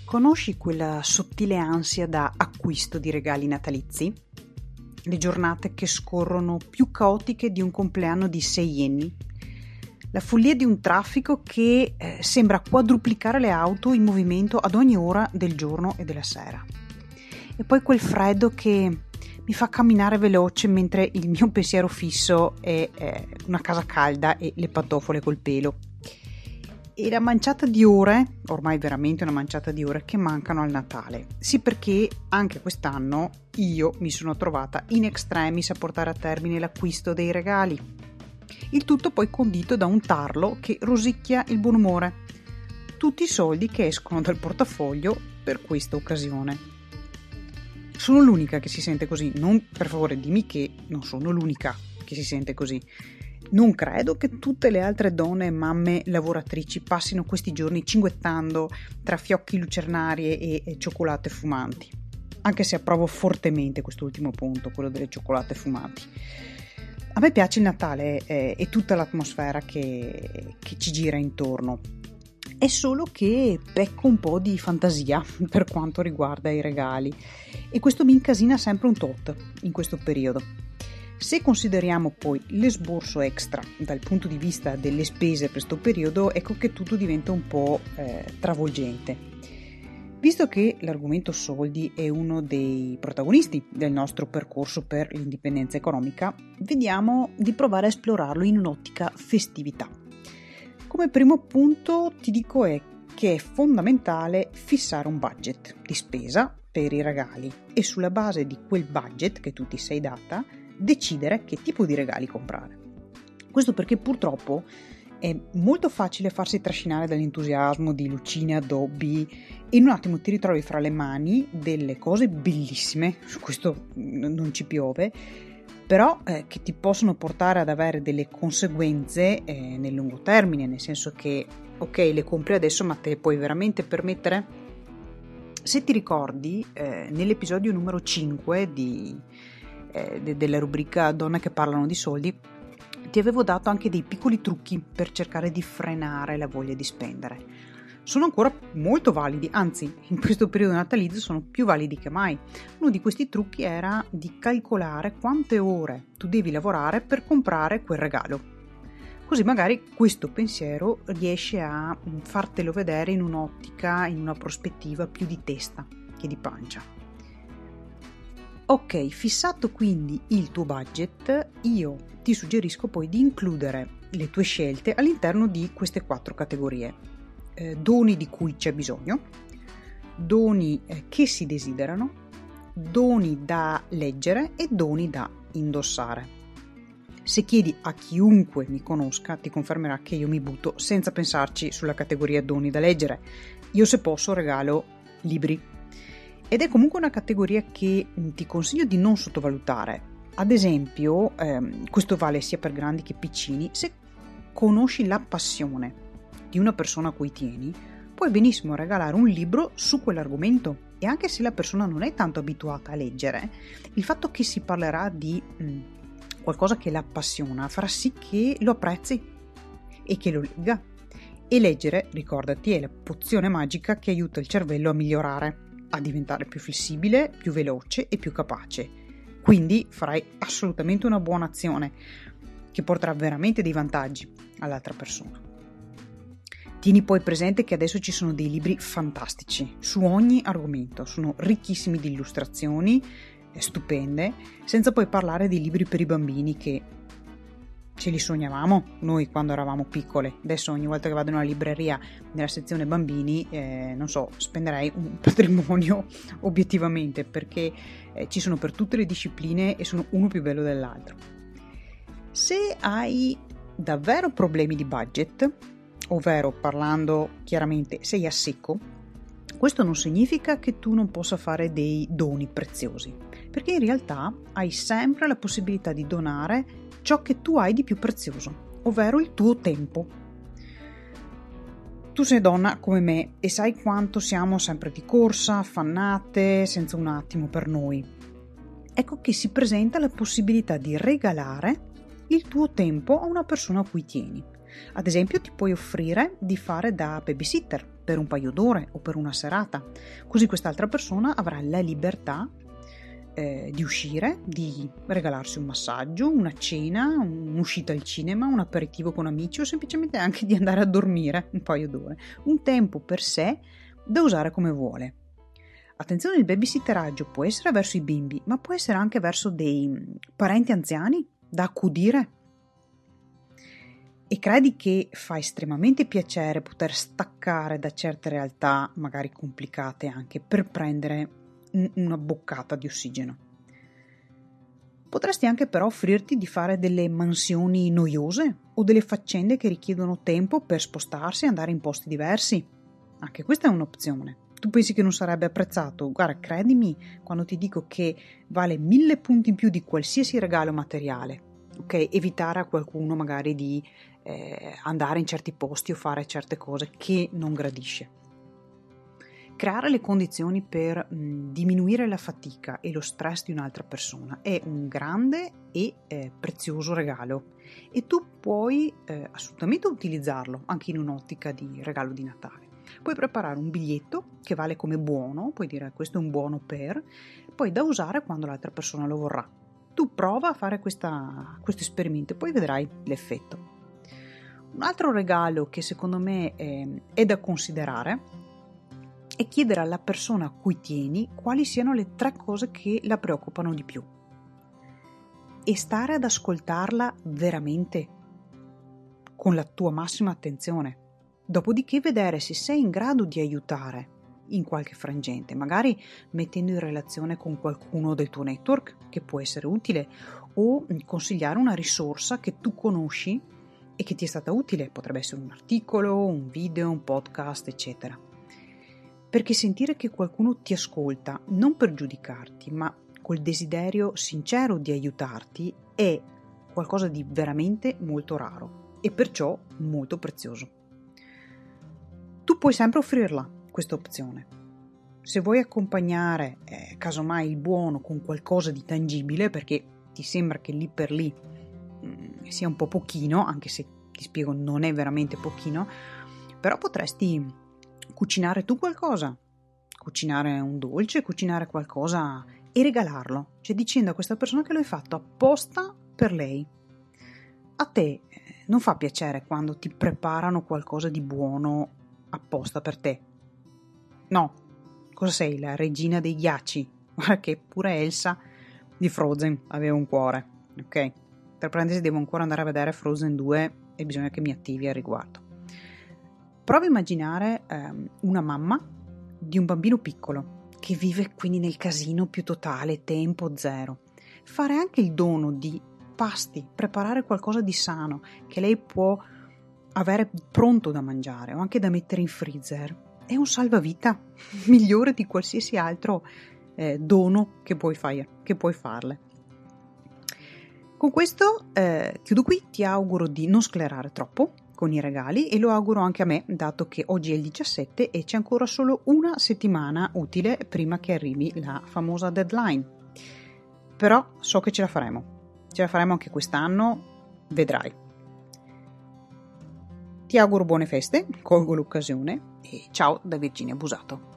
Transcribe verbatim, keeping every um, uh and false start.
Conosci quella sottile ansia da acquisto di regali natalizi? Le giornate che scorrono più caotiche di un compleanno di seienni? La follia di un traffico che eh, sembra quadruplicare le auto in movimento ad ogni ora del giorno e della sera. E poi quel freddo che mi fa camminare veloce mentre il mio pensiero fisso è eh, una casa calda e le pantofole col pelo. E la manciata di ore, ormai veramente una manciata di ore, che mancano al Natale. Sì, perché anche quest'anno io mi sono trovata in extremis a portare a termine l'acquisto dei regali. Il tutto poi condito da un tarlo che rosicchia il buon umore. Tutti i soldi che escono dal portafoglio per questa occasione. Sono l'unica che si sente così, non, per favore dimmi che non sono l'unica che si sente così. Non credo che tutte le altre donne e mamme lavoratrici passino questi giorni cinguettando tra fiocchi lucernarie e, e cioccolate fumanti, anche se approvo fortemente quest'ultimo punto, quello delle cioccolate fumanti. A me piace il Natale eh, e tutta l'atmosfera che, che ci gira intorno, è solo che pecco un po' di fantasia per quanto riguarda i regali e questo mi incasina sempre un tot in questo periodo. Se consideriamo poi l'esborso extra dal punto di vista delle spese per questo periodo, ecco che tutto diventa un po' eh, travolgente. Visto che l'argomento soldi è uno dei protagonisti del nostro percorso per l'indipendenza economica, vediamo di provare a esplorarlo in un'ottica festività. Come primo punto ti dico è che è fondamentale fissare un budget di spesa per i regali e sulla base di quel budget che tu ti sei data decidere che tipo di regali comprare. Questo perché purtroppo è molto facile farsi trascinare dall'entusiasmo di lucine, addobbi e in un attimo ti ritrovi fra le mani delle cose bellissime, su questo non ci piove, però eh, che ti possono portare ad avere delle conseguenze eh, nel lungo termine, nel senso che ok, le compri adesso ma te le puoi veramente permettere? Se ti ricordi, eh, nell'episodio numero cinque di della rubrica Donne che parlano di soldi, ti avevo dato anche dei piccoli trucchi per cercare di frenare la voglia di spendere. Sono ancora molto validi, anzi in questo periodo natalizio sono più validi che mai. Uno di questi trucchi era di calcolare quante ore tu devi lavorare per comprare quel regalo. Così magari questo pensiero riesce a fartelo vedere in un'ottica, in una prospettiva più di testa che di pancia. Ok, fissato quindi il tuo budget, io ti suggerisco poi di includere le tue scelte all'interno di queste quattro categorie. Eh, doni di cui c'è bisogno, doni eh, che si desiderano, doni da leggere e doni da indossare. Se chiedi a chiunque mi conosca ti confermerà che io mi butto senza pensarci sulla categoria doni da leggere. Io se posso regalo libri. Ed è comunque una categoria che ti consiglio di non sottovalutare. Ad esempio, ehm, questo vale sia per grandi che piccini, se conosci la passione di una persona a cui tieni, puoi benissimo regalare un libro su quell'argomento. E anche se la persona non è tanto abituata a leggere, il fatto che si parlerà di mh, qualcosa che la appassiona farà sì che lo apprezzi e che lo legga. E leggere, ricordati, è la pozione magica che aiuta il cervello a migliorare, a diventare più flessibile, più veloce e più capace. Quindi farai assolutamente una buona azione che porterà veramente dei vantaggi all'altra persona. Tieni poi presente che adesso ci sono dei libri fantastici su ogni argomento, sono ricchissimi di illustrazioni stupende, senza poi parlare dei libri per i bambini che ce li sognavamo noi quando eravamo piccole. Adesso ogni volta che vado in una libreria nella sezione bambini, eh, non so, spenderei un patrimonio obiettivamente, perché eh, ci sono per tutte le discipline e sono uno più bello dell'altro. Se hai davvero problemi di budget, ovvero parlando chiaramente sei a secco, questo non significa che tu non possa fare dei doni preziosi, perché in realtà hai sempre la possibilità di donare ciò che tu hai di più prezioso, ovvero il tuo tempo. Tu sei donna come me e sai quanto siamo sempre di corsa, affannate, senza un attimo per noi. Ecco che si presenta la possibilità di regalare il tuo tempo a una persona a cui tieni. Ad esempio ti puoi offrire di fare da babysitter per un paio d'ore o per una serata, così quest'altra persona avrà la libertà eh, di uscire, di regalarsi un massaggio, una cena, un'uscita al cinema, un aperitivo con amici o semplicemente anche di andare a dormire un paio d'ore, un tempo per sé da usare come vuole. Attenzione, il babysitteraggio può essere verso i bimbi, ma può essere anche verso dei parenti anziani da accudire. E credi che fa estremamente piacere poter staccare da certe realtà, magari complicate anche, per prendere una boccata di ossigeno. Potresti anche però offrirti di fare delle mansioni noiose o delle faccende che richiedono tempo per spostarsi e andare in posti diversi. Anche questa è un'opzione. Tu pensi che non sarebbe apprezzato? Guarda, credimi quando ti dico che vale mille punti in più di qualsiasi regalo materiale. Ok, evitare a qualcuno magari di eh, andare in certi posti o fare certe cose che non gradisce. Creare le condizioni per mh, diminuire la fatica e lo stress di un'altra persona è un grande e eh, prezioso regalo e tu puoi eh, assolutamente utilizzarlo anche in un'ottica di regalo di Natale. Puoi preparare un biglietto che vale come buono, puoi dire questo è un buono per, poi da usare quando l'altra persona lo vorrà. Tu prova a fare questa, questo esperimento e poi vedrai l'effetto. Un altro regalo che secondo me è, è da considerare è chiedere alla persona a cui tieni quali siano le tre cose che la preoccupano di più e stare ad ascoltarla veramente con la tua massima attenzione. Dopodiché vedere se sei in grado di aiutare in qualche frangente, magari mettendo in relazione con qualcuno del tuo network che può essere utile o consigliare una risorsa che tu conosci e che ti è stata utile, potrebbe essere un articolo, un video, un podcast, eccetera. Perché sentire che qualcuno ti ascolta, non per giudicarti, ma col desiderio sincero di aiutarti, è qualcosa di veramente molto raro e perciò molto prezioso. Tu puoi sempre offrirla questa opzione. Se vuoi accompagnare eh, casomai il buono con qualcosa di tangibile, perché ti sembra che lì per lì mh, sia un po' pochino, anche se ti spiego non è veramente pochino, però potresti cucinare tu qualcosa, cucinare un dolce, cucinare qualcosa e regalarlo, cioè dicendo a questa persona che lo hai fatto apposta per lei. A te eh, non fa piacere quando ti preparano qualcosa di buono apposta per te? No, cosa sei, la regina dei ghiacci? Guarda che pure Elsa di Frozen aveva un cuore, ok? Per parentesi devo ancora andare a vedere Frozen due e bisogna che mi attivi al riguardo. Prova a immaginare ehm, una mamma di un bambino piccolo che vive quindi nel casino più totale, tempo zero. Fare anche il dono di pasti, preparare qualcosa di sano che lei può avere pronto da mangiare o anche da mettere in freezer è un salvavita migliore di qualsiasi altro eh, dono che puoi, fare, che puoi farle. Con questo eh, chiudo qui, ti auguro di non sclerare troppo con i regali e lo auguro anche a me, dato che oggi è il diciassette e c'è ancora solo una settimana utile prima che arrivi la famosa deadline. Però so che ce la faremo, ce la faremo anche quest'anno, vedrai. Ti auguro buone feste, colgo l'occasione e ciao da Virginia Busato.